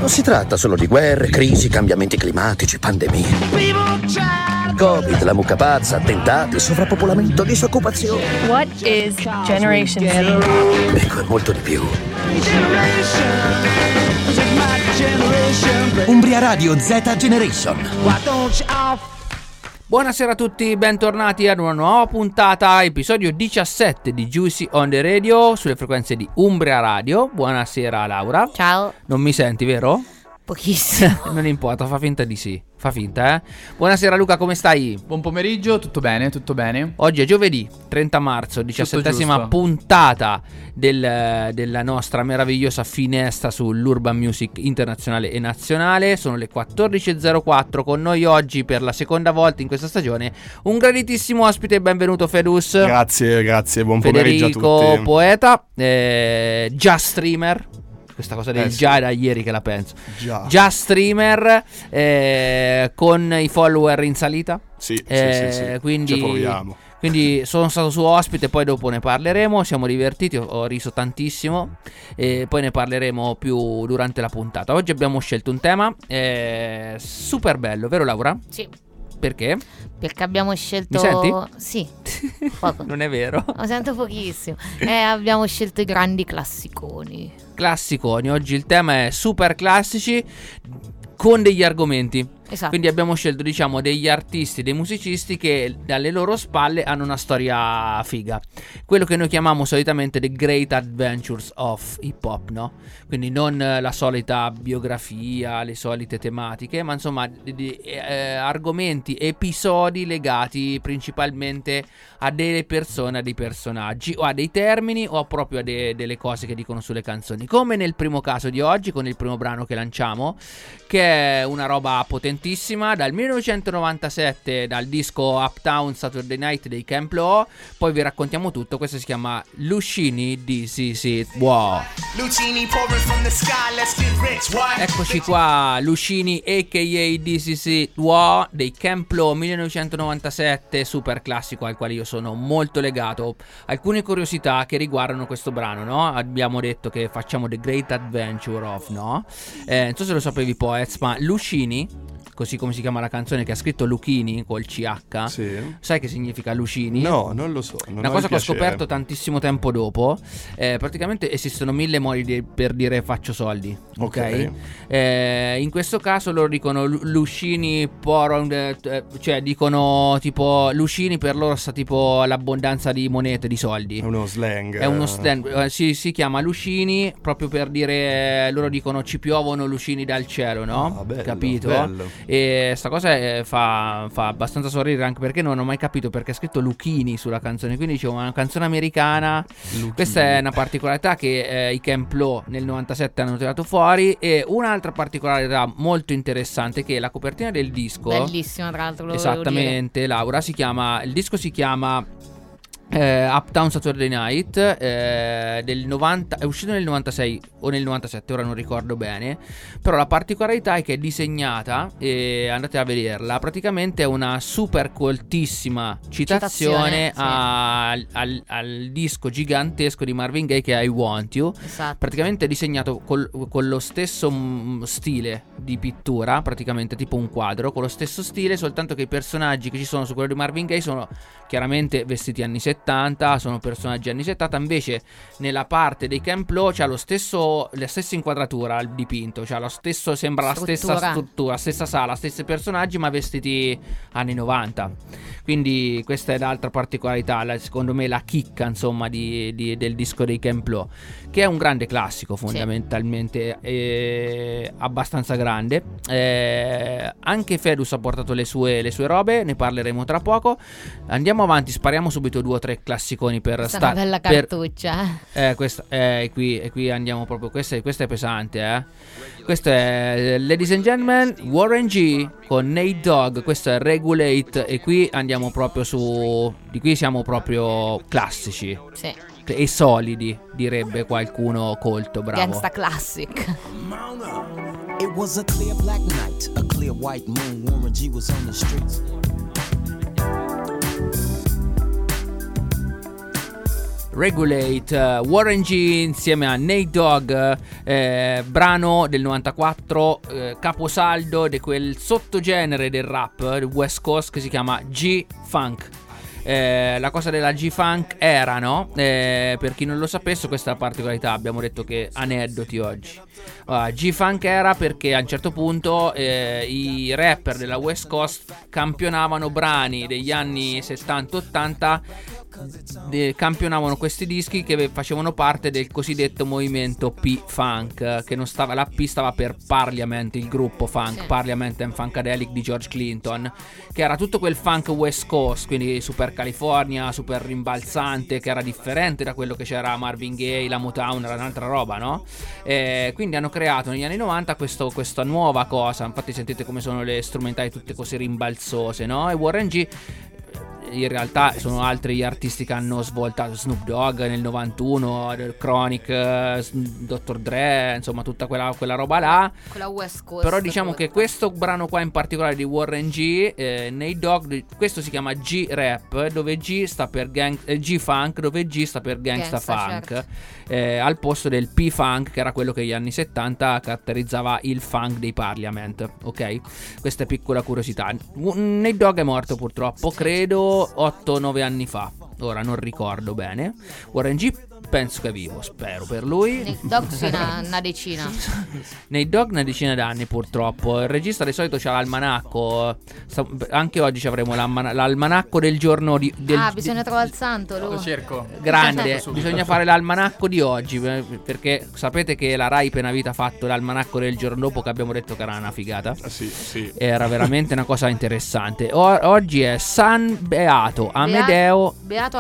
Non si tratta solo di guerre, crisi, cambiamenti climatici, pandemie. Covid, la mucca pazza, attentati, sovrappopolamento, disoccupazione. What is Generation Z? Ecco, è molto di più. Umbria Radio Z Generation. Buonasera a tutti, bentornati ad una nuova puntata, episodio 17 di Juicy on the Radio sulle frequenze di Umbria Radio. Buonasera Laura. Ciao. Non mi senti, vero? Pochissimo. Non importa, fa finta di sì. Fa finta, eh? Buonasera Luca, come stai? Buon pomeriggio, tutto bene, tutto bene. Oggi è giovedì 30 marzo, 17ª puntata della nostra meravigliosa finestra sull'urban music internazionale e nazionale. Sono le 14.04, con noi oggi per la seconda volta in questa stagione un graditissimo ospite, benvenuto Fedus. Grazie, buon pomeriggio a tutti. Federico Poeta, già streamer. Questa cosa del già è da ieri che la penso. Già streamer, con i follower in salita. Sì. Quindi, ci proviamo. Quindi sono stato suo ospite, poi dopo ne parleremo. Siamo divertiti, ho riso tantissimo. E poi ne parleremo più durante la puntata. Oggi abbiamo scelto un tema super bello, vero Laura? Sì. Perché? Perché abbiamo scelto... Mi senti? Sì, poco. Non è vero? Lo sento pochissimo. Abbiamo scelto i grandi classiconi. Classiconi, oggi il tema è super classici con degli argomenti. Esatto. Quindi abbiamo scelto, diciamo, degli artisti, dei musicisti che dalle loro spalle hanno una storia figa. Quello che noi chiamiamo solitamente The Great Adventures of Hip Hop, no? Quindi non la solita biografia, le solite tematiche, ma insomma argomenti, episodi legati principalmente a delle persone, a dei personaggi, o a dei termini, o proprio a delle cose che dicono sulle canzoni. Come nel primo caso di oggi, con il primo brano che lanciamo, che è una roba potentissima, dal 1997, dal disco Uptown Saturday Night dei Camp Lo. Poi vi raccontiamo tutto. Questo si chiama Lucini This Is It. Wow. Eccoci qua, Lucini aka This Is It Wow dei Camp Lo 1997, super classico al quale io sono molto legato. Alcune curiosità che riguardano questo brano, no? Abbiamo detto che facciamo The Great Adventure of, no? Non so se lo sapevi Poets, ma Lucini, così come si chiama la canzone, che ha scritto Luchini col CH. Sì. Sai che significa Lucini? No, non lo so. Una cosa che ho scoperto tantissimo tempo dopo. Praticamente esistono 1000 modi per dire faccio soldi. Ok. In questo caso loro dicono Lucini cioè dicono tipo Lucini, per loro sta tipo l'abbondanza di monete, di soldi. È uno slang. È uno slang. Si chiama Lucini proprio per dire, loro dicono ci piovono lucini dal cielo, no? Bello, capito? Bello. E sta cosa fa abbastanza sorridere, anche perché non ho mai capito perché ha scritto Luchini sulla canzone. Quindi dicevo, una canzone americana. Luchini. Questa è una particolarità che i Camp Lo nel 97 hanno tirato fuori. E un'altra particolarità molto interessante, che la copertina del disco, bellissima tra l'altro, lo esattamente Laura, il disco si chiama Uptown Saturday Night, del 90, è uscito nel 96 o nel 97, ora non ricordo bene. Però la particolarità è che è disegnata, e andate a vederla, praticamente è una super coltissima citazione sì, al disco gigantesco di Marvin Gaye che è I Want You. Esatto. Praticamente è disegnato con lo stesso stile di pittura, praticamente tipo un quadro, con lo stesso stile, soltanto che i personaggi che ci sono su quello di Marvin Gaye sono chiaramente vestiti anni 70, sono personaggi anni 70. Invece nella parte dei Camp Lo c'ha la stessa inquadratura al dipinto, c'ha lo stesso, sembra la stessa struttura, stessa sala, stessi personaggi, ma vestiti anni 90. Quindi questa è l'altra particolarità, secondo me la chicca, insomma, del disco dei Camp Lo, che è un grande classico fondamentalmente, abbastanza grande. Anche Fedus ha portato le sue robe, ne parleremo tra poco. Andiamo avanti, spariamo subito 2 o 3 classiconi per questa è una bella cartuccia. Qui andiamo proprio, questa è pesante, Questo è, ladies and gentlemen, Warren G con Nate Dogg. Questo è Regulate, e qui andiamo proprio di qui siamo proprio classici. Sì. E solidi, direbbe qualcuno colto, bravo. Gangsta classic. It was a clear black night, a clear white moon. Warren G was on the streets. Regulate, Warren G insieme a Nate Dogg, brano del 94, caposaldo di quel sottogenere del rap del West Coast che si chiama G-Funk. La cosa della G-Funk era, no? Per chi non lo sapesse, questa è la particolarità, abbiamo detto che aneddoti oggi. G-Funk era perché a un certo punto i rapper della West Coast campionavano brani degli anni 70-80, campionavano questi dischi che facevano parte del cosiddetto movimento P-Funk, che non stava, la P stava per Parliament, il gruppo funk, sì. Parliament and Funkadelic di George Clinton, che era tutto quel funk West Coast, quindi super California, super rimbalzante, che era differente da quello che c'era Marvin Gaye, la Motown, era un'altra roba, no? Quindi hanno creato negli anni 90 questa nuova cosa, infatti sentite come sono le strumentali tutte così rimbalzose, no? E Warren G in realtà sono altri artisti che hanno svoltato, Snoop Dogg nel 91, Chronic, Dr. Dre, insomma tutta quella roba là, quella West Coast. Però diciamo che questo brano qua in particolare di Warren G, Nate Dogg, questo si chiama G-Rap, dove G sta per G-Funk, dove G sta per Gangsta Funk, certo. Al posto del P-Funk, che era quello che negli anni 70 caratterizzava il funk dei Parliament, ok? Questa è piccola curiosità. Nate Dogg è morto purtroppo, credo 8-9 anni fa, ora non ricordo bene. Warren G penso che è vivo, spero per lui. Nate Dogg sì, una decina. Nate Dogg una decina d'anni purtroppo. Il regista di solito c'ha l'almanacco, anche oggi ci avremo l'almanacco del giorno bisogna trovare il santo, lo cerco. Grande, bisogna fare l'almanacco di oggi, perché sapete che la Rai appena ha fatto l'almanacco del giorno dopo, che abbiamo detto che era una figata. Sì. Era veramente una cosa interessante. Oggi è San Beato Amedeo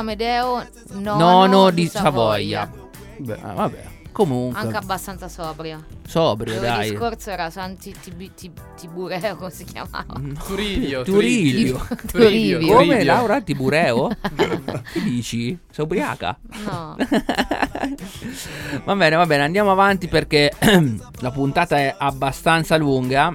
nono di Savoia. Vabbè, comunque anche abbastanza sobrio, dai. Il discorso era San Tibureo, come si chiamava? Turilio. Come Laura Tibureo? Che dici? Sei ubriaca? No. Va bene, andiamo avanti perché la puntata è abbastanza lunga.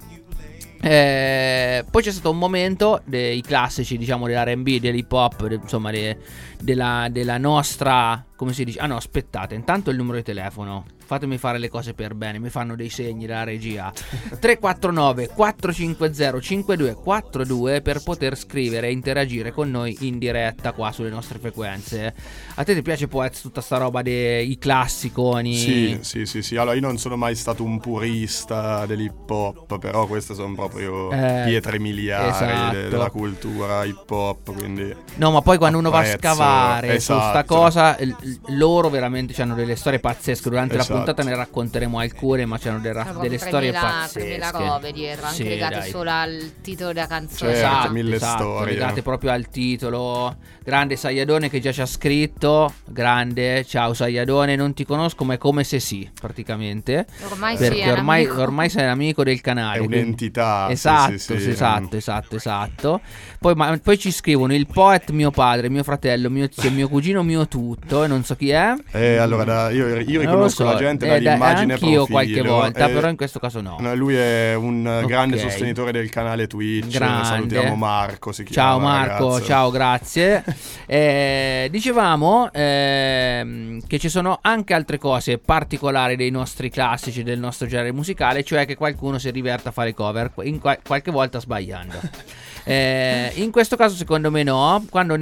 Poi c'è stato un momento dei classici, diciamo, dell'R&B, dell'hip hop, insomma della nostra, come si dice? Ah no, aspettate, intanto il numero di telefono, fatemi fare le cose per bene, mi fanno dei segni dalla regia. 349 450 5242 per poter scrivere e interagire con noi in diretta qua sulle nostre frequenze. A te ti piace Poets tutta sta roba dei classiconi? Sì. Allora io non sono mai stato un purista dell'hip hop, però queste sono proprio pietre miliari, esatto, della cultura hip hop, quindi no, ma poi quando uno va a scavare, esatto, su sta cosa, loro veramente hanno delle storie pazzesche. Durante la puntata ne racconteremo alcune, ma c'hanno delle storie pazzesche, 3.000 robe dietro, anche legate solo al titolo della canzone. Certo, mille storie legate proprio al titolo. Grande Sayadone che già ci ha scritto, grande, ciao Sayadone, non ti conosco ma è come se sì, praticamente, ormai perché ormai sei un amico del canale, è un'entità. Esatto, sì. Esatto. Poi ci scrivono il poet mio padre, mio fratello, mio zio, mio cugino, mio tutto, e non so chi è. Allora io riconosco la gente dall'immagine anch'io profilo, qualche volta, però in questo caso no. Lui è un grande sostenitore del canale Twitch. Salutiamo Marco, si chiama. Ciao Marco, ragazzo. Ciao, grazie. Dicevamo che ci sono anche altre cose particolari dei nostri classici, del nostro genere musicale, cioè che qualcuno si diverta a fare cover, qualche volta sbagliando. In questo caso secondo me no. Quando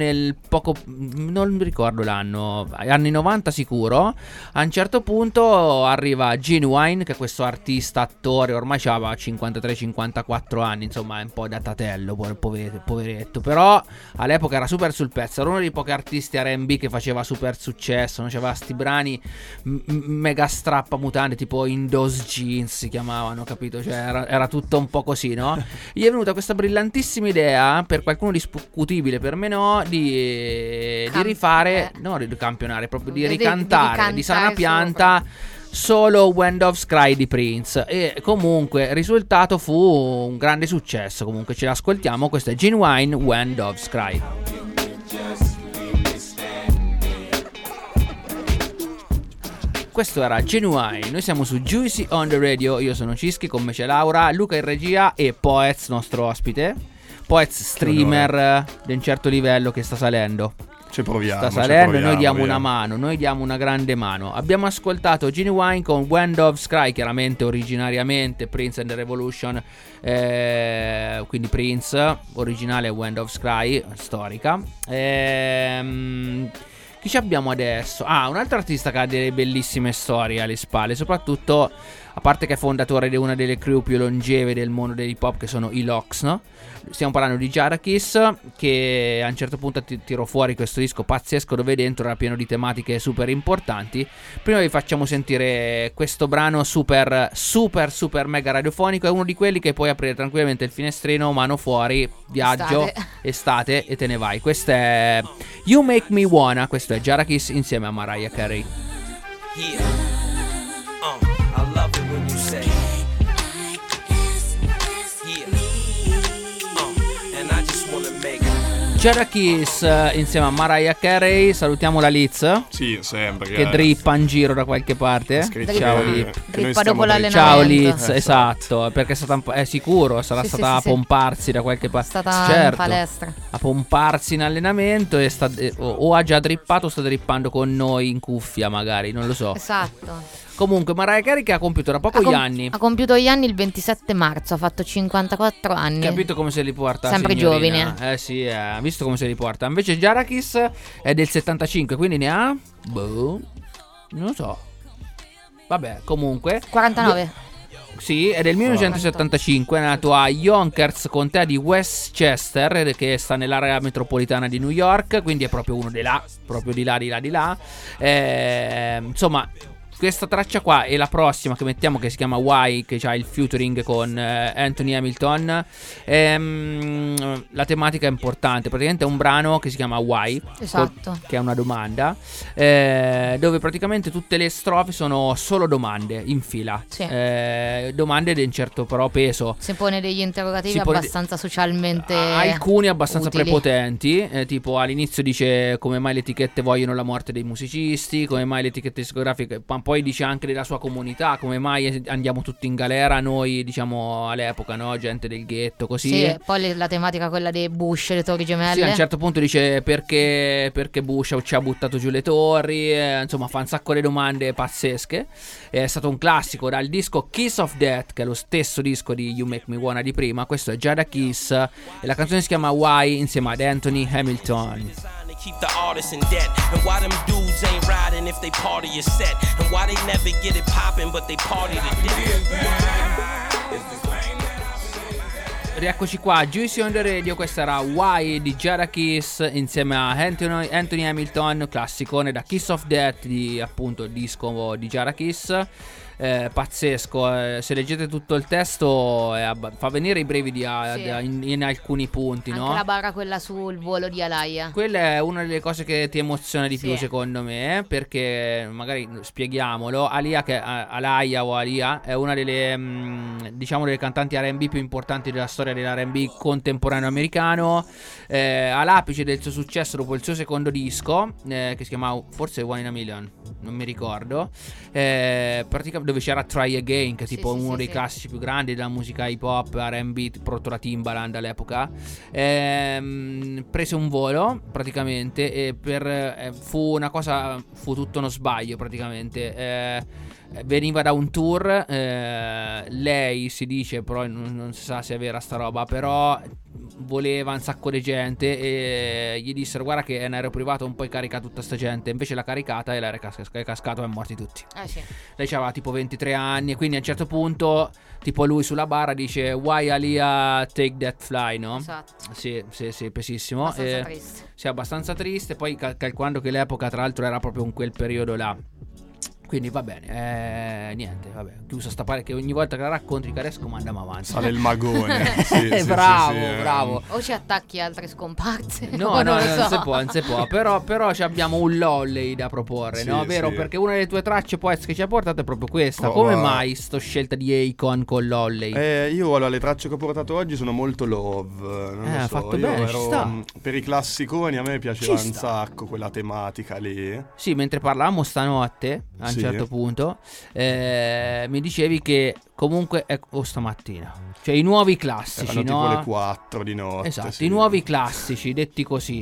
non mi ricordo l'anno, anni 90 sicuro, a un certo punto arriva Genuine, che è questo artista, attore, ormai aveva 53-54 anni, insomma è un po' datatello, poveretto, però all'epoca era super sul pezzo, era uno dei pochi artisti R&B che faceva super successo, non c'aveva sti brani mega strappamutande tipo In Those Jeans si chiamavano, capito? Cioè era tutto un po' così, no? Gli è venuta questa brillantissima idea, per qualcuno discutibile, per me no, di rifare, no, di campionare, proprio di ricantare di Sana Pianta solo When Doves Cry di Prince. E comunque il risultato fu un grande successo. Comunque ce l'ascoltiamo, questo è Genuine, When Doves Cry. Questo era Genuine, noi siamo su Juicy on the Radio, io sono Cischi, con me c'è Laura, Luca in regia e Poets, nostro ospite. Poets streamer di un certo livello che sta salendo. Ci proviamo. Sta salendo, noi diamo una mano, noi diamo una grande mano. Abbiamo ascoltato Genuine con When Doves Cry, chiaramente originariamente Prince and the Revolution, quindi Prince, originale When Doves Cry, storica. Chi ci abbiamo adesso? Un altro artista che ha delle bellissime storie alle spalle, soprattutto, a parte che è fondatore di una delle crew più longeve del mondo dell'hip hop, che sono i Lox, no? Stiamo parlando di Jadakiss, che a un certo punto tirò fuori questo disco pazzesco dove dentro era pieno di tematiche super importanti. Prima vi facciamo sentire questo brano super mega radiofonico. È uno di quelli che puoi aprire tranquillamente il finestrino, mano fuori, viaggio, estate e te ne vai. Questo è You Make Me Wanna, questo è Jadakiss insieme a Mariah Carey. Yeah. I love it when you say Jadakiss insieme a Mariah Carey. Salutiamo la Liz. Sì, sempre. Che drippa in giro da qualche parte. Ciao Liz. Drippa dopo l'allenamento. Ciao Liz, esatto. Perché è sicuro, sarà stata a pomparsi da qualche parte. È stata in palestra. A pomparsi in allenamento o ha già drippato o sta drippando con noi in cuffia magari, non lo so. Esatto. Comunque Mariah Carey che ha compiuto da poco gli anni. Ha compiuto gli anni il 27 marzo, ha fatto 54 anni. Capito come se li porta, sempre signorina. giovane. Sì, visto come se li porta. Invece Jadakiss è del 75, quindi ne ha non lo so. Vabbè, comunque 49. Sì, è del 1975, è nato a Yonkers, contea di Westchester, che sta nell'area metropolitana di New York, quindi è proprio uno di là, proprio di là. Insomma, questa traccia qua e la prossima che mettiamo, che si chiama Why, che ha il featuring con Anthony Hamilton, la tematica è importante. Praticamente è un brano che si chiama Why, esatto, che è una domanda, dove praticamente tutte le strofe sono solo domande in fila, sì. Domande di un certo però peso. Si pone degli interrogativi abbastanza socialmente alcuni abbastanza utili, prepotenti, tipo all'inizio dice come mai le etichette vogliono la morte dei musicisti, come mai le etichette discografiche, poi dice anche della sua comunità, come mai andiamo tutti in galera noi, diciamo all'epoca, no? Gente del ghetto, così. Sì, poi la tematica quella dei Bush, le torri gemelle. Sì, a un certo punto dice perché Bush ci ha buttato giù le torri, insomma fa un sacco di domande pazzesche. È stato un classico dal disco Kiss of Death, che è lo stesso disco di You Make Me Wanna di prima. Questo è Jadakiss e la canzone si chiama Why insieme ad Anthony Hamilton. Keep the artists in debt, and why them dudes ain't riding if they party is set, and why they never get it poppin' but they party to death. Rieccoci qua, Juicy on the Radio. Questa era Why di Jadakiss insieme a Anthony Hamilton, classicone da Kiss of Death, di appunto il disco di Jadakiss. Pazzesco, se leggete tutto il testo fa venire i brividi in alcuni punti, anche no? la barra quella sul volo di Alaia, quella è una delle cose che ti emoziona di più, secondo me, perché magari spieghiamolo. Alaia o Alia è una delle diciamo delle cantanti R&B più importanti della storia dell'R&B contemporaneo americano, all'apice del suo successo dopo il suo secondo disco, che si chiama forse One in a Million, non mi ricordo, praticamente dove c'era Try Again, che è tipo uno dei classici più grandi della musica hip hop R&B, proto la Timbaland all'epoca. Prese un volo praticamente e fu tutto uno sbaglio praticamente. Veniva da un tour, lei si dice, però non si sa se è vera sta roba, però voleva un sacco di gente e gli dissero guarda che è un aereo privato, non puoi caricare tutta sta gente. Invece l'ha caricata e l'aereo è cascato e è morti tutti. Sì. Lei aveva tipo 23 anni e quindi a un certo punto tipo lui sulla barra dice Why Alia take that fly, no? Esatto. Sì, pesissimo. Abbastanza triste. Sì, abbastanza triste. Poi calcolando che l'epoca tra l'altro era proprio in quel periodo là. Quindi va bene, niente, vabbè, chiusa sta parte che ogni volta che la racconti Caresco ma andiamo avanti. Sale il magone. Sì, bravo. O ci attacchi altre scomparse. No, non si può. Però abbiamo un Lolley da proporre, no? Vero? Perché una delle tue tracce poi che ci ha portato è proprio questa. Come mai sto scelta di Akon con Lolley? Io allora, le tracce che ho portato oggi sono molto love. Non lo so. Fatto bene, ci sta. Per i classiconi a me piaceva un sacco quella tematica lì. Sì, mentre parlavamo stanotte a un certo punto mi dicevi che Comunque, stamattina. Cioè i nuovi classici, erano no? tipo le 4 di notte. Esatto, sì. I nuovi classici, detti così.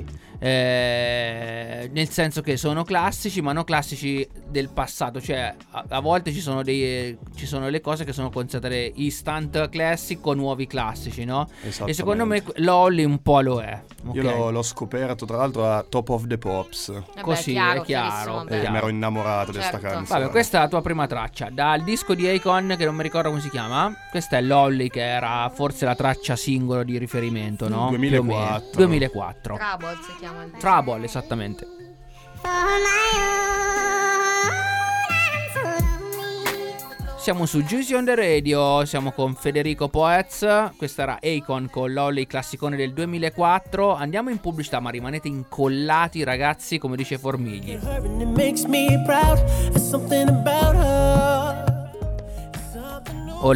Nel senso che sono classici, ma non classici del passato. Cioè a volte ci sono le cose che sono considerate instant classic o nuovi classici, no? E secondo me Lolly un po' lo è. Okay? Io l'ho scoperto tra l'altro a Top of the Pops. Così chiaro, è chiaro. Mi ero innamorato di questa canzone. Vabbè, questa è la tua prima traccia dal disco di Akon, che non mi ricordo come si chiama. Questa è Lolly, che era forse la traccia singolo di riferimento, no? 2004. Trouble si chiama. Trouble, esattamente. Siamo su Juicy on the Radio, siamo con Federico Poez. Questa era Akon con Lolly, classicone del 2004. Andiamo in pubblicità, ma rimanete incollati, ragazzi, come dice Formigli. Oh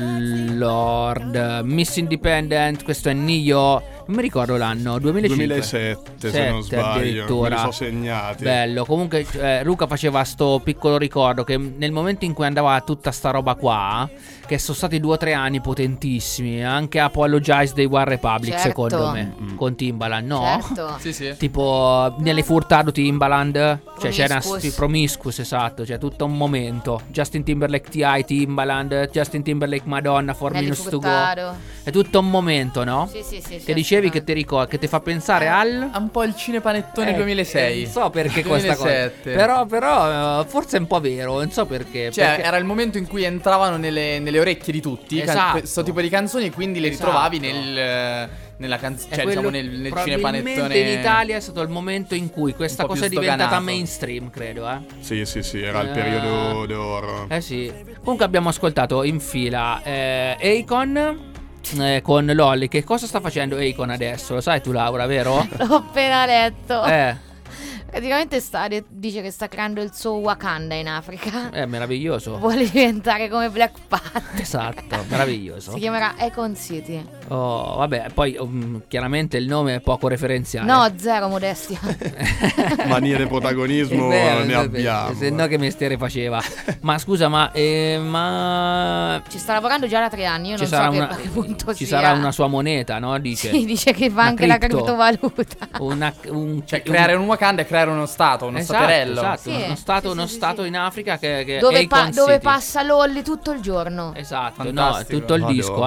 Lord, Miss Independent, questo è Nio. Non mi ricordo l'anno, 2007 se non sbaglio, me li so segnati. Bello, comunque Luca faceva sto piccolo ricordo che nel momento in cui andava tutta sta roba qua, che sono stati 2 o 3 anni potentissimi, anche Apologize dei One Republic, secondo me, con Timbaland, no? Certo. Sì. Tipo nelle Furtado Timbaland, cioè c'era Promiscuous, esatto, cioè tutto un momento. Justin Timberlake T.I. Timbaland, Justin Timberlake Madonna, 4 Minutes to Go. È tutto un momento, no? Sì. Che dicevi che ti ricordi, che ti fa pensare al un po' il cinepanettone 2006. Non so perché 2007. questa cosa. Però forse è un po' vero, non so perché. Cioè perché... era il momento in cui entravano nelle orecchie di tutti questo tipo di canzoni, e quindi le ritrovavi nella canzone, cioè diciamo nel cinepanettone. In Italia è stato il momento in cui questa cosa è diventata mainstream, credo, Sì, era il periodo d'oro. Sì. Comunque abbiamo ascoltato in fila Akon con Lolly. Che cosa sta facendo Akon adesso? Lo sai tu, Laura, vero? L'ho appena letto. Praticamente dice che sta creando il suo Wakanda in Africa. È meraviglioso. Vuole diventare come Black Panther. Esatto, meraviglioso. Si chiamerà Akon City. Oh, vabbè, poi chiaramente il nome è poco referenziale. No, zero modestia. Manie di protagonismo ne abbiamo. Se no che mestiere faceva. Ma scusa, ma ci sta lavorando già da 3 anni. Io non so a che punto ci sia. sarà una sua moneta, no? Dice. Sì, dice che fa anche la criptovaluta. Cioè creare un Wakanda e creare uno stato, uno staterello. Esatto, sì, uno stato in Africa che dove passa Lolly tutto il giorno. Esatto, fantastico. No, tutto il disco,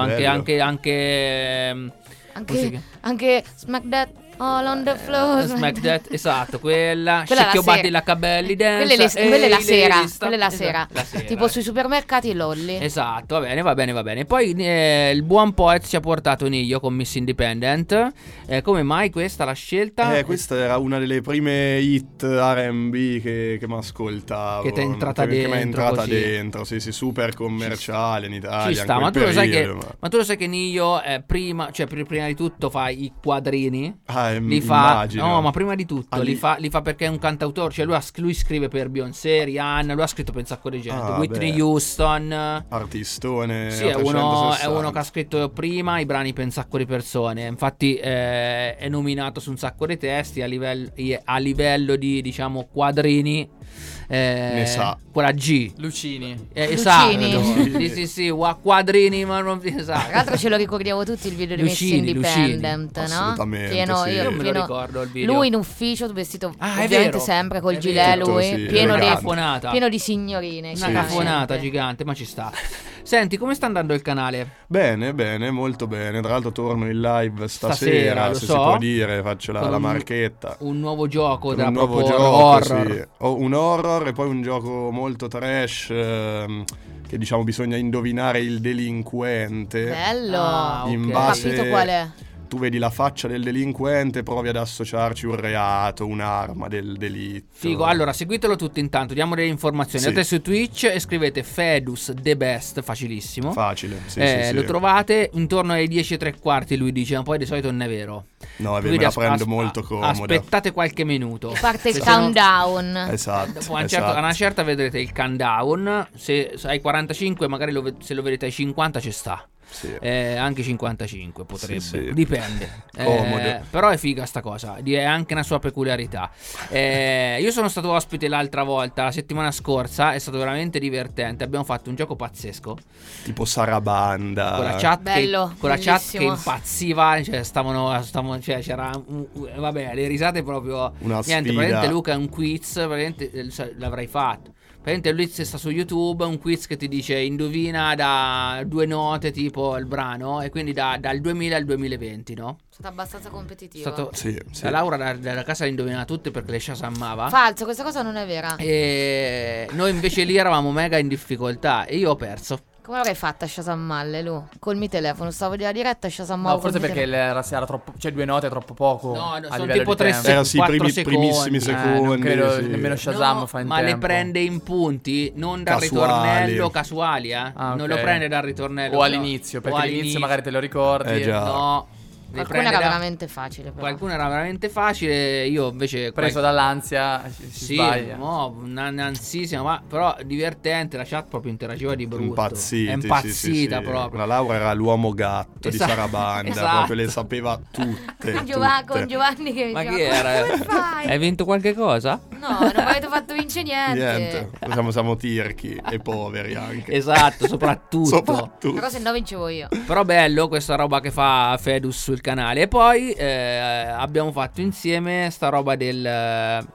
anche Smack That All on the floor. Smack That, esatto, quella Shake Your Body Like a Belly Dance. Quella è la sera. Quella è la sera. Tipo sui supermercati e Lolly. Esatto, va bene. Poi il buon Poet ci ha portato Nio con Miss Independent. Come mai questa la scelta? Questa era una delle prime hit R&B che mi ascoltavo. Che ti è entrata dentro. Che mi è entrata dentro, sì, super commerciale in Italia. Ci sta, ma tu lo sai che Nio prima di tutto fa i quadrini. Li fa, no, ma prima di tutto li fa perché è un cantautore. Cioè lui scrive per Beyoncé, Rihanna. Lui ha scritto per un sacco di gente, Whitney Houston, artistone. Sì, è uno che ha scritto prima i brani per un sacco di persone. Infatti è nominato su un sacco di testi a livello di, diciamo, quadrini. Ne sa quella G. Lucini. Esatto. Sì, quadrini, ma non esatto. Tra l'altro ce lo ricordiamo tutti il video di Miss Independent, no? Assolutamente. Io me lo ricordo il video. Lui in ufficio vestito ovviamente sempre col gilet, lui pieno di signorine. Una cafonata gigante, ma ci sta. Senti, come sta andando il canale? Bene, molto bene. Tra l'altro torno in live stasera, se si può dire, faccio la marchetta. Un nuovo gioco horror. Sì. Un horror e poi un gioco molto trash che diciamo bisogna indovinare il delinquente. Bello. In base, capito qual è? Tu vedi la faccia del delinquente, provi ad associarci un reato, un'arma del delitto. Figo, allora seguitelo tutti intanto, diamo delle informazioni. Andate su Twitch e scrivete Fedus The Best, facilissimo. Facile, sì. Lo trovate intorno ai 10:15, lui dice, ma poi di solito non è vero. No, me la prendo molto comoda. Aspettate qualche minuto. Parte il countdown. Esatto. Dopo a una certa vedrete il countdown. Se ai 45, magari se lo vedete ai 50 ci sta. Anche 55 potrebbe, sì. Dipende. Però è figa sta cosa, è anche una sua peculiarità. Io sono stato ospite l'altra volta, la settimana scorsa, è stato veramente divertente. Abbiamo fatto un gioco pazzesco, tipo Sarabanda, con la chat, bello, con la chat che impazziva, cioè cioè c'era vabbè, le risate proprio una niente. sfida. Praticamente Luca è un quiz, praticamente l'avrai fatto. Praticamente lui sta su YouTube, un quiz che ti dice indovina da 2 note tipo il brano, e quindi dal 2000 al 2020, no? È stato abbastanza competitivo. Sì. La Laura dalla casa le indovinava tutte perché le shazammava. Falso, questa cosa non è vera. E noi invece lì eravamo mega in difficoltà e io ho perso. Come l'avrei fatta a shasammalle, Lu? Col mio telefono, stavo di la diretta, shasammavo. No, forse perché era troppo, cioè 2 note è troppo poco. No, a sono livello tipo di 3 tempo. primissimi secondi. Non credo sì. nemmeno Shazam fa in ma tempo. le prende in punti, non dal Casuali. ritornello, casuali, Ah, non ok. lo prende dal ritornello. O all'inizio, perché all'inizio magari te lo ricordi. Già. No. Qualcuno era veramente facile, però. Qualcuno era veramente facile. Io invece Preso dall'ansia si sbaglia. No, un'ansissima, ma però divertente. La chat proprio interagiva di brutto. Impazziti, è impazzita sì. proprio. La Laura era l'uomo gatto di Sarabanda, Esatto. proprio le sapeva tutte. Con Giovanni che mi Ma diceva, chi era? come fai? Hai vinto qualche cosa? No, non mi avete fatto vincere niente. Siamo tirchi e poveri anche. Esatto, soprattutto. La cosa se no vincevo io. Però bello questa roba che fa Fedus sul canale. E poi abbiamo fatto insieme sta roba del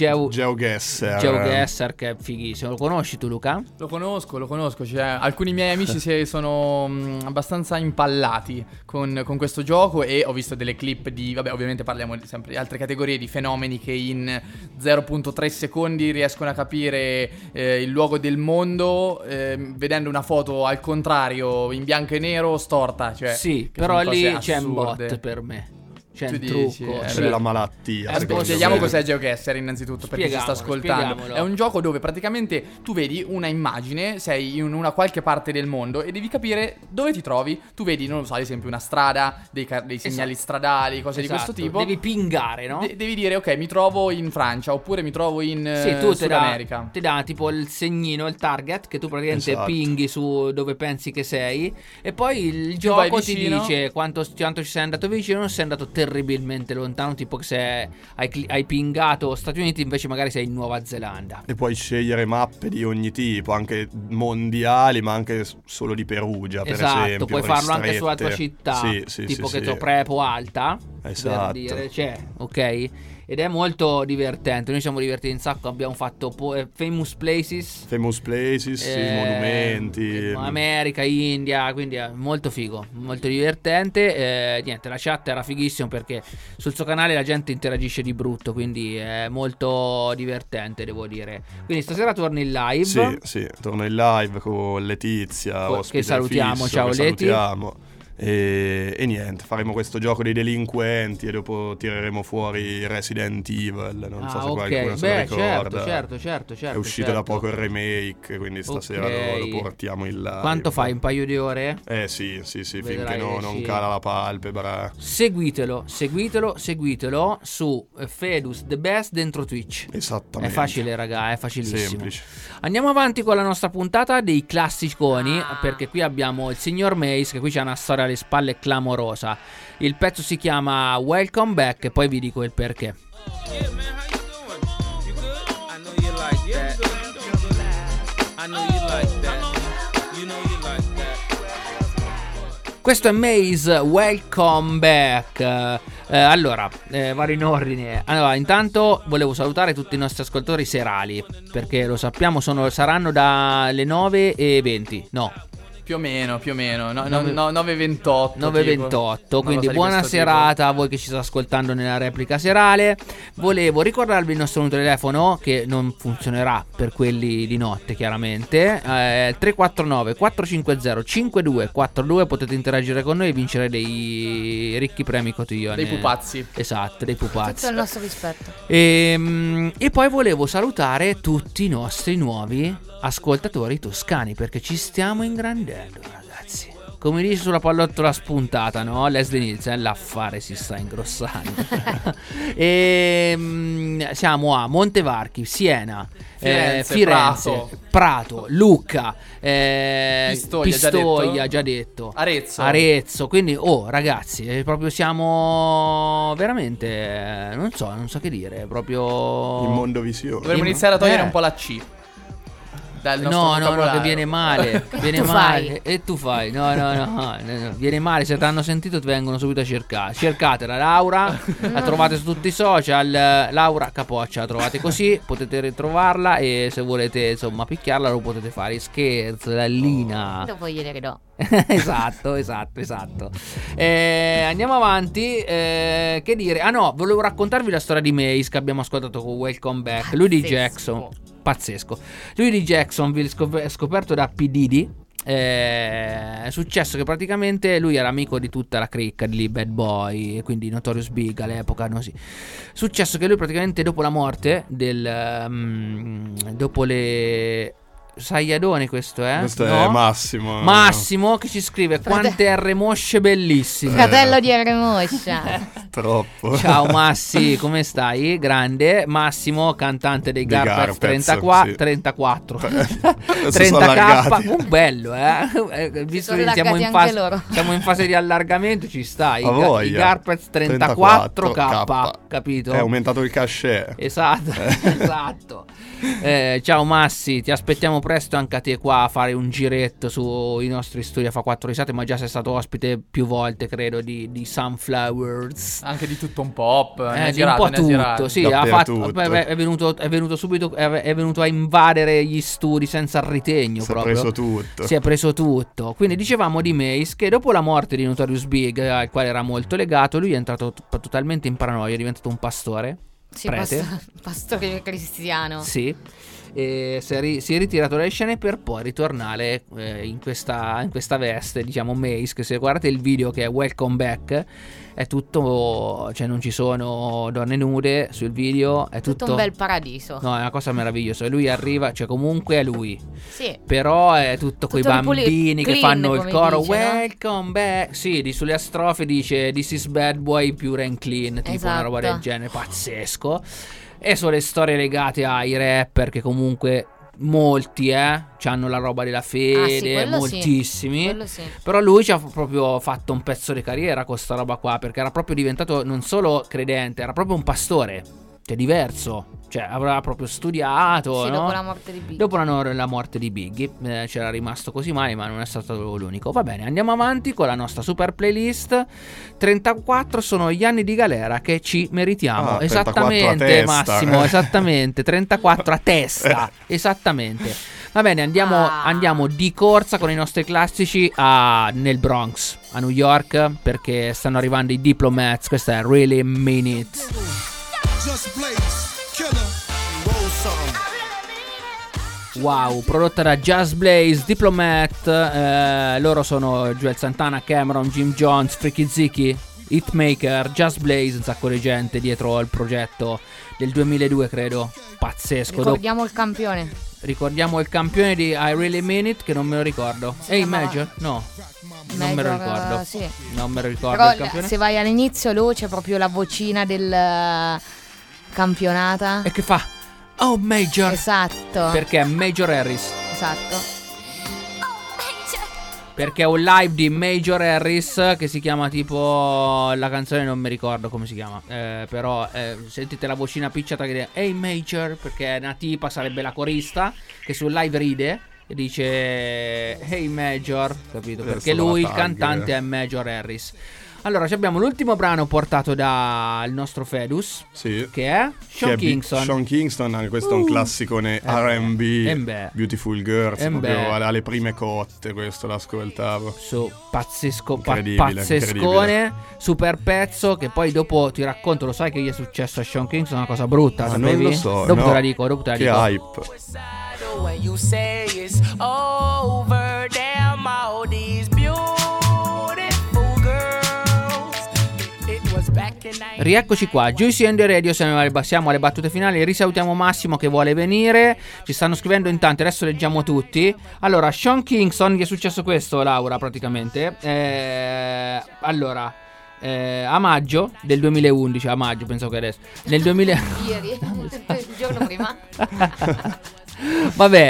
GeoGuessr, che è fighissimo. Lo conosci tu, Luca? Lo conosco. Cioè, alcuni miei amici si sono abbastanza impallati con questo gioco, e ho visto delle clip di, vabbè, ovviamente parliamo sempre di altre categorie, di fenomeni che in 0.3 secondi riescono a capire il luogo del mondo vedendo una foto al contrario in bianco e nero storta, cioè, sì, che però sono lì cose c'è un assurde. bot per me. C'è Tu un dici, trucco. C'è la malattia. Spieghiamo cos'è GeoGuessr innanzitutto per chi ci sta ascoltando. Spieghiamolo. È un gioco dove praticamente tu vedi una immagine, sei in una qualche parte del mondo e devi capire dove ti trovi. Tu vedi, non lo so, ad esempio una strada, dei segnali stradali, cose di questo tipo. Devi pingare, no? Devi dire ok, mi trovo in Francia oppure mi trovo in Sud America. Ti dà tipo il segnino, il target che tu praticamente pinghi su dove pensi che sei, e poi il gioco ti dice quanto ci sei andato vicino, non sei andato terribilmente lontano, tipo che se hai pingato Stati Uniti invece magari sei in Nuova Zelanda. E puoi scegliere mappe di ogni tipo, anche mondiali, ma anche solo di Perugia, per esempio. Puoi farlo anche sulla tua città, tipo che Prepo Alta, esatto, per dire, ok? Ed è molto divertente. Noi siamo divertiti un sacco. Abbiamo fatto Famous Places, sì, monumenti, America, India. Quindi è molto figo, molto divertente. Niente, la chat era fighissima perché sul suo canale la gente interagisce di brutto, quindi è molto divertente, devo dire. Quindi stasera torni in live. Sì, torno in live con Letizia, che salutiamo. Fisso, ciao Leti. Salutiamo. E niente, faremo questo gioco dei delinquenti e dopo tireremo fuori Resident Evil. Non so se qualcuno se lo ricorda. Certo. È uscito da poco il remake, quindi stasera lo portiamo in live. Quanto fai? Un paio di ore? Sì, finché non cala la palpebra. Seguitelo su Fedus The Best dentro Twitch. Esattamente. È facile, raga, è facilissimo. Semplice. Andiamo avanti con la nostra puntata dei classiconi, perché qui abbiamo il signor Mace, che qui c'ha una storia alle spalle clamorosa. Il pezzo si chiama Welcome Back e poi vi dico il perché. Questo è Maze, Welcome Back. Allora, vado in ordine. Allora, intanto volevo salutare tutti i nostri ascoltatori serali, perché lo sappiamo, saranno dalle 9:20. No, più o meno 9:28. 9:28. Quindi buona serata a voi che ci state ascoltando nella replica serale. Volevo ricordarvi il nostro numero di telefono, che non funzionerà per quelli di notte chiaramente, 349 450 5242. Potete interagire con noi e vincere dei ricchi premi cotilloni, dei pupazzi. Esatto, dei pupazzi. Tutto il nostro rispetto. E poi volevo salutare tutti i nostri nuovi ascoltatori toscani, perché ci stiamo ingrandendo, ragazzi. come dice sulla pallottola spuntata, no? Leslie Nielsen, l'affare si sta ingrossando. E siamo a Montevarchi, Siena, Firenze, Prato, Lucca, Pistoia, già detto. Arezzo. Quindi ragazzi, proprio siamo veramente non so che dire, proprio in mondovisione. Dovremmo iniziare a togliere un po' la C. No, che viene male. Viene male. E tu fai. No. Viene male. Se ti hanno sentito, ti vengono subito a cercare. Cercatela, Laura. La trovate su tutti i social. Laura Capoccia, la trovate così. Potete ritrovarla. E se volete, insomma, picchiarla, lo potete fare. Scherzo, Lallina. Dopo gliene do. esatto. Andiamo avanti. Che dire? Ah no, volevo raccontarvi la storia di Mace che abbiamo ascoltato con Welcome Back. Lui di Jackson. Pazzesco. Lui di Jacksonville, scoperto da P. Diddy. È successo che praticamente lui era amico di tutta la cricca di Bad Boy, quindi Notorious Big all'epoca, no? Sì. Successo che lui praticamente dopo la morte dopo le Saiadone, questo è? Questo no? È Massimo. Massimo che ci scrive quante R mosce bellissime. Fratello di R moscia. Troppo. Ciao Massi, come stai? Grande. Massimo, cantante dei Garpez 34 30k. Bello, visto che siamo in fase di allargamento, ci stai. I Garpez 34k, capito? È aumentato il cachet. Esatto. Ciao Massi, ti aspettiamo presto anche a te qua a fare un giretto sui nostri studi a Fa 4 Risate, ma già sei stato ospite più volte, credo, di Sunflowers. Anche di tutto un pop, di un po' tutto, sì, è venuto subito, è venuto a invadere gli studi senza ritegno, si è preso tutto. Quindi dicevamo di Mace che dopo la morte di Notorious Big, al quale era molto legato, lui è entrato totalmente in paranoia, è diventato un pastore. Sì, pastore cristiano. Sì. E si è ritirato dalle scene per poi ritornare in questa veste, diciamo Mace, che se guardate il video che è Welcome Back è tutto, cioè non ci sono donne nude sul video, è tutto un bel paradiso. No, è una cosa meravigliosa. E lui arriva, cioè comunque è lui. Sì. Però è tutto quei bambini che fanno il coro dice, Welcome Back. Sì, sulle strofe dice This is Bad Boy pure and clean, tipo una roba del genere, pazzesco. E sono le storie legate ai rapper che comunque molti hanno la roba della fede, moltissimi. Sì. Però lui ci ha proprio fatto un pezzo di carriera con sta roba qua, perché era proprio diventato non solo credente, era proprio un pastore. Cioè diverso, cioè avrà proprio studiato, sì, no? Dopo la morte di Biggie. Dopo la morte di Biggie c'era rimasto così male, ma non è stato l'unico. Va bene, andiamo avanti con la nostra super playlist. 34 sono gli anni di galera che ci meritiamo. Esattamente, Massimo, esattamente. 34 a testa, esattamente. Va bene, andiamo di corsa con i nostri classici nel Bronx, a New York, perché stanno arrivando i Diplomats. Questa è Really Mean It. Wow, prodotta da Just Blaze, Diplomat. Loro sono Joel Santana, Cameron, Jim Jones, Freaky Ziki, Hitmaker, Just Blaze, un sacco di gente dietro al progetto del 2002, credo. Pazzesco. Ricordiamo il campione. Ricordiamo il campione di I Really Mean It, che non me lo ricordo. Major? No. Non me lo ricordo. Sì. Non me lo ricordo. Però il campione. Se vai all'inizio lui c'è proprio la vocina del campionata. E che fa? Oh, Major. Esatto. Perché è Major Harris. Esatto. Perché è un live di Major Harris che si chiama tipo, la canzone non mi ricordo come si chiama, però sentite la vocina picciata che dice Hey Major, perché una tipa sarebbe la corista che sul live ride e dice Hey Major, capito? Perché lui il cantante è Major Harris. Allora abbiamo l'ultimo brano portato dal nostro Fedus, sì, che è Sean Kingston. Sean Kingston, questo è un classicone R&B, Beautiful Girls, proprio alle prime cotte, questo l'ascoltavo. Pazzescone, super pezzo, che poi dopo ti racconto, lo sai che gli è successo a Sean Kingston, una cosa brutta, sapevi? Non lo so, dopo te la dico. Che hype. Rieccoci qua, Juicy and the Radio, siamo alle battute finali. Risalutiamo Massimo che vuole venire. Ci stanno scrivendo in tanti, adesso leggiamo tutti. Allora, Sean Kingston, gli è successo questo, Laura, praticamente. Allora, a maggio del 2011, a maggio penso che adesso, nel 2000 ieri, il giorno prima. Vabbè,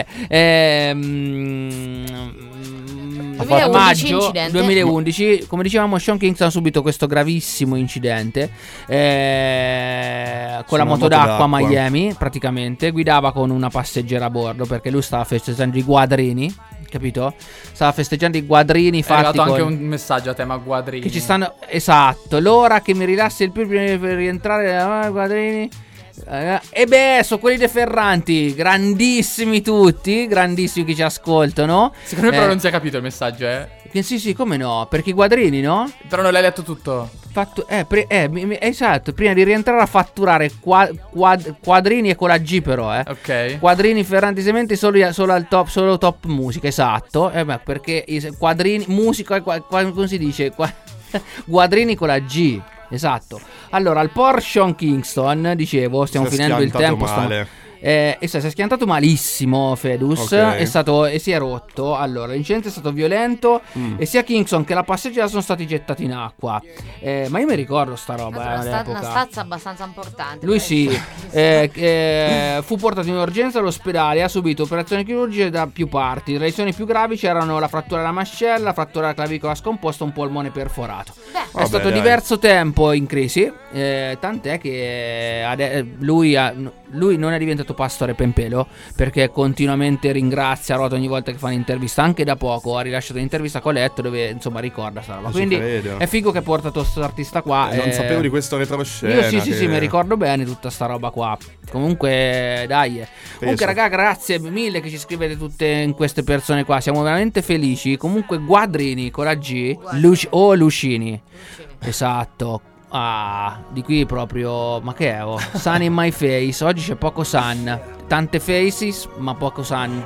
2011 maggio incidente. 2011, come dicevamo, Sean Kingston ha subito questo gravissimo incidente con la moto d'acqua a Miami, praticamente. Guidava con una passeggera a bordo perché lui stava festeggiando i quadrini, capito? Stava festeggiando i quadrini fatti. È arrivato anche un messaggio a tema quadrini che ci stanno, esatto, l'ora che mi rilassi il più prima per rientrare quadrini. E beh, sono quelli dei Ferranti, grandissimi tutti, grandissimi che ci ascoltano. Secondo me però non si è capito il messaggio, Sì, come no? Perché i quadrini, no? Però non l'hai letto tutto. Esatto, prima di rientrare a fatturare quadrini e con la G però, Ok. Quadrini Ferranti Sementi solo al top, solo top musica, esatto. Perché i quadrini, musica, come si dice? Quadrini con la G. Esatto. Allora, al Porsche Sean Kingston, dicevo, stiamo finendo il tempo. Si è schiantato malissimo Fedus, okay. E si è rotto. Allora, l'incidente è stato violento e sia Kingston che la passeggera sono stati gettati in acqua. Ma io mi ricordo sta roba. Una stazza abbastanza importante. Lui sì, fu portato in urgenza all'ospedale, ha subito operazioni chirurgiche da più parti. Le lesioni più gravi c'erano la frattura della mascella, la frattura della clavicola scomposta, un polmone perforato. È stato diverso tempo in crisi, tant'è che lui non è diventato pastore Pempelo, perché continuamente ringrazia Rota ogni volta che fa un'intervista. Anche da poco ha rilasciato un'intervista con Letto dove insomma ricorda sta roba. Quindi è figo che ha portato questo artista qua. Non sapevo di questo retroscena. Io sì, mi ricordo bene tutta sta roba qua. Comunque dai. Comunque raga, grazie mille che ci scrivete tutte in queste persone qua. Siamo veramente felici. Comunque Guadrini con la G Lucini. Esatto. Di qui proprio. Ma che è? Sun in my face. Oggi c'è poco sun. Tante faces ma poco sun.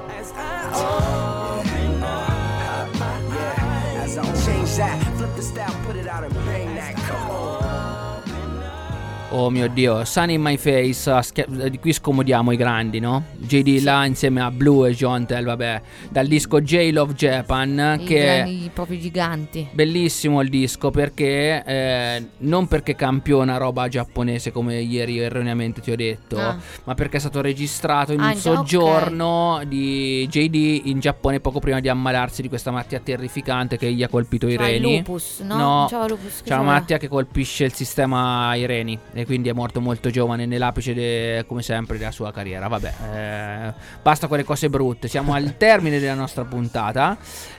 Oh mio Dio, Sun in my face. Di qui scomodiamo i grandi, no? JD là insieme a Blue e Jontel, vabbè. Dal disco J Love Japan, che i propri giganti. Bellissimo il disco perché non perché campiona roba giapponese come ieri erroneamente ti ho detto, ma perché è stato registrato in un soggiorno di JD in Giappone poco prima di ammalarsi di questa malattia terrificante che gli ha colpito i reni. Lupus, no? C'è una malattia che colpisce il sistema ai reni e quindi è morto molto giovane, nell'apice come sempre della sua carriera. Vabbè, basta quelle cose brutte. Siamo al termine della nostra puntata.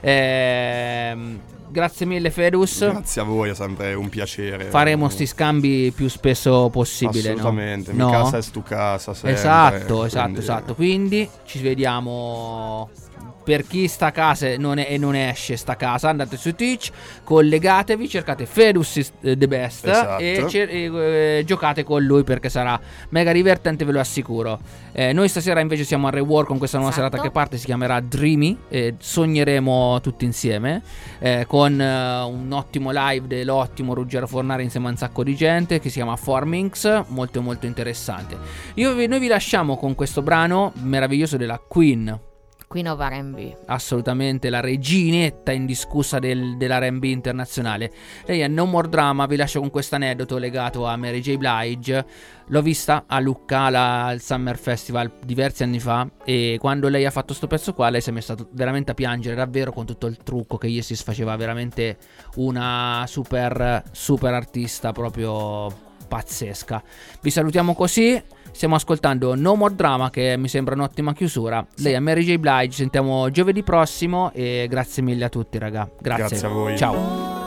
Grazie mille Fedus. Grazie a voi, è sempre un piacere. Faremo sti scambi più spesso possibile. Assolutamente, no? Mi casa è tu casa sempre. Esatto. Quindi ci vediamo. Per chi sta a casa e non esce sta casa, andate su Twitch, collegatevi, cercate Fedus The Best, esatto. e giocate con lui perché sarà mega divertente, ve lo assicuro. Noi stasera invece siamo a Rework con questa nuova serata che parte, si chiamerà Dreamy, e sogneremo tutti insieme con un ottimo live dell'ottimo Ruggero Fornari insieme a un sacco di gente, che si chiama Formings, molto molto interessante. Noi vi lasciamo con questo brano meraviglioso della Queen of R&B. Assolutamente la reginetta indiscussa dell'R&B internazionale. Lei è No More Drama. Vi lascio con questo aneddoto legato a Mary J. Blige. L'ho vista a Lucca al Summer Festival diversi anni fa, e quando lei ha fatto sto pezzo qua lei si è messa veramente a piangere davvero, con tutto il trucco che Yesis faceva. Veramente una super artista, proprio pazzesca. Vi salutiamo così. Stiamo ascoltando No More Drama, che mi sembra un'ottima chiusura. Lei è Mary J. Blige. Sentiamo giovedì prossimo e grazie mille a tutti, raga. Grazie a voi. Ciao.